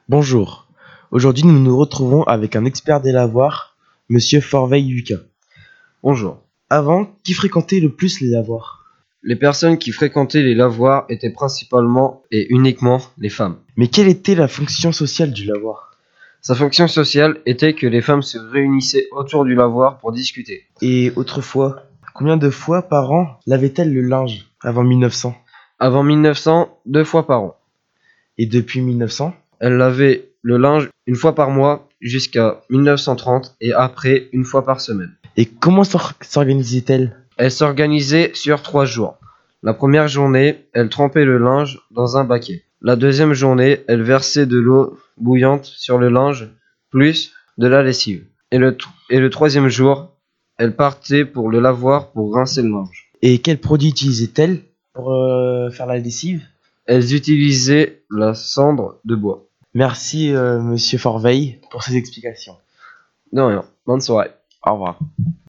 Bonjour, aujourd'hui nous nous retrouvons avec un expert des lavoirs, Monsieur Forveil-Lucas. Bonjour. Avant, qui fréquentait le plus les lavoirs? Les personnes qui fréquentaient les lavoirs étaient principalement et uniquement les femmes. Mais quelle était la fonction sociale du lavoir? Sa fonction sociale était que les femmes se réunissaient autour du lavoir pour discuter. Et autrefois, combien de fois par an lavait-elle le linge avant 1900? Avant 1900, 2 fois par an. Et depuis 1900? Elle lavait le linge 1 fois par mois jusqu'à 1930 et après 1 fois par semaine. Et comment s'organisait-elle? Elle s'organisait sur 3 jours. La première journée, elle trempait le linge dans un baquet. La deuxième journée, elle versait de l'eau bouillante sur le linge, plus de la lessive. Et le troisième jour, elle partait pour le lavoir pour rincer le linge. Et quels produits utilisait-elle pour faire la lessive? Elles utilisaient la cendre de bois. Merci Monsieur Forveil pour ces explications. De rien. Bonne soirée. Au revoir.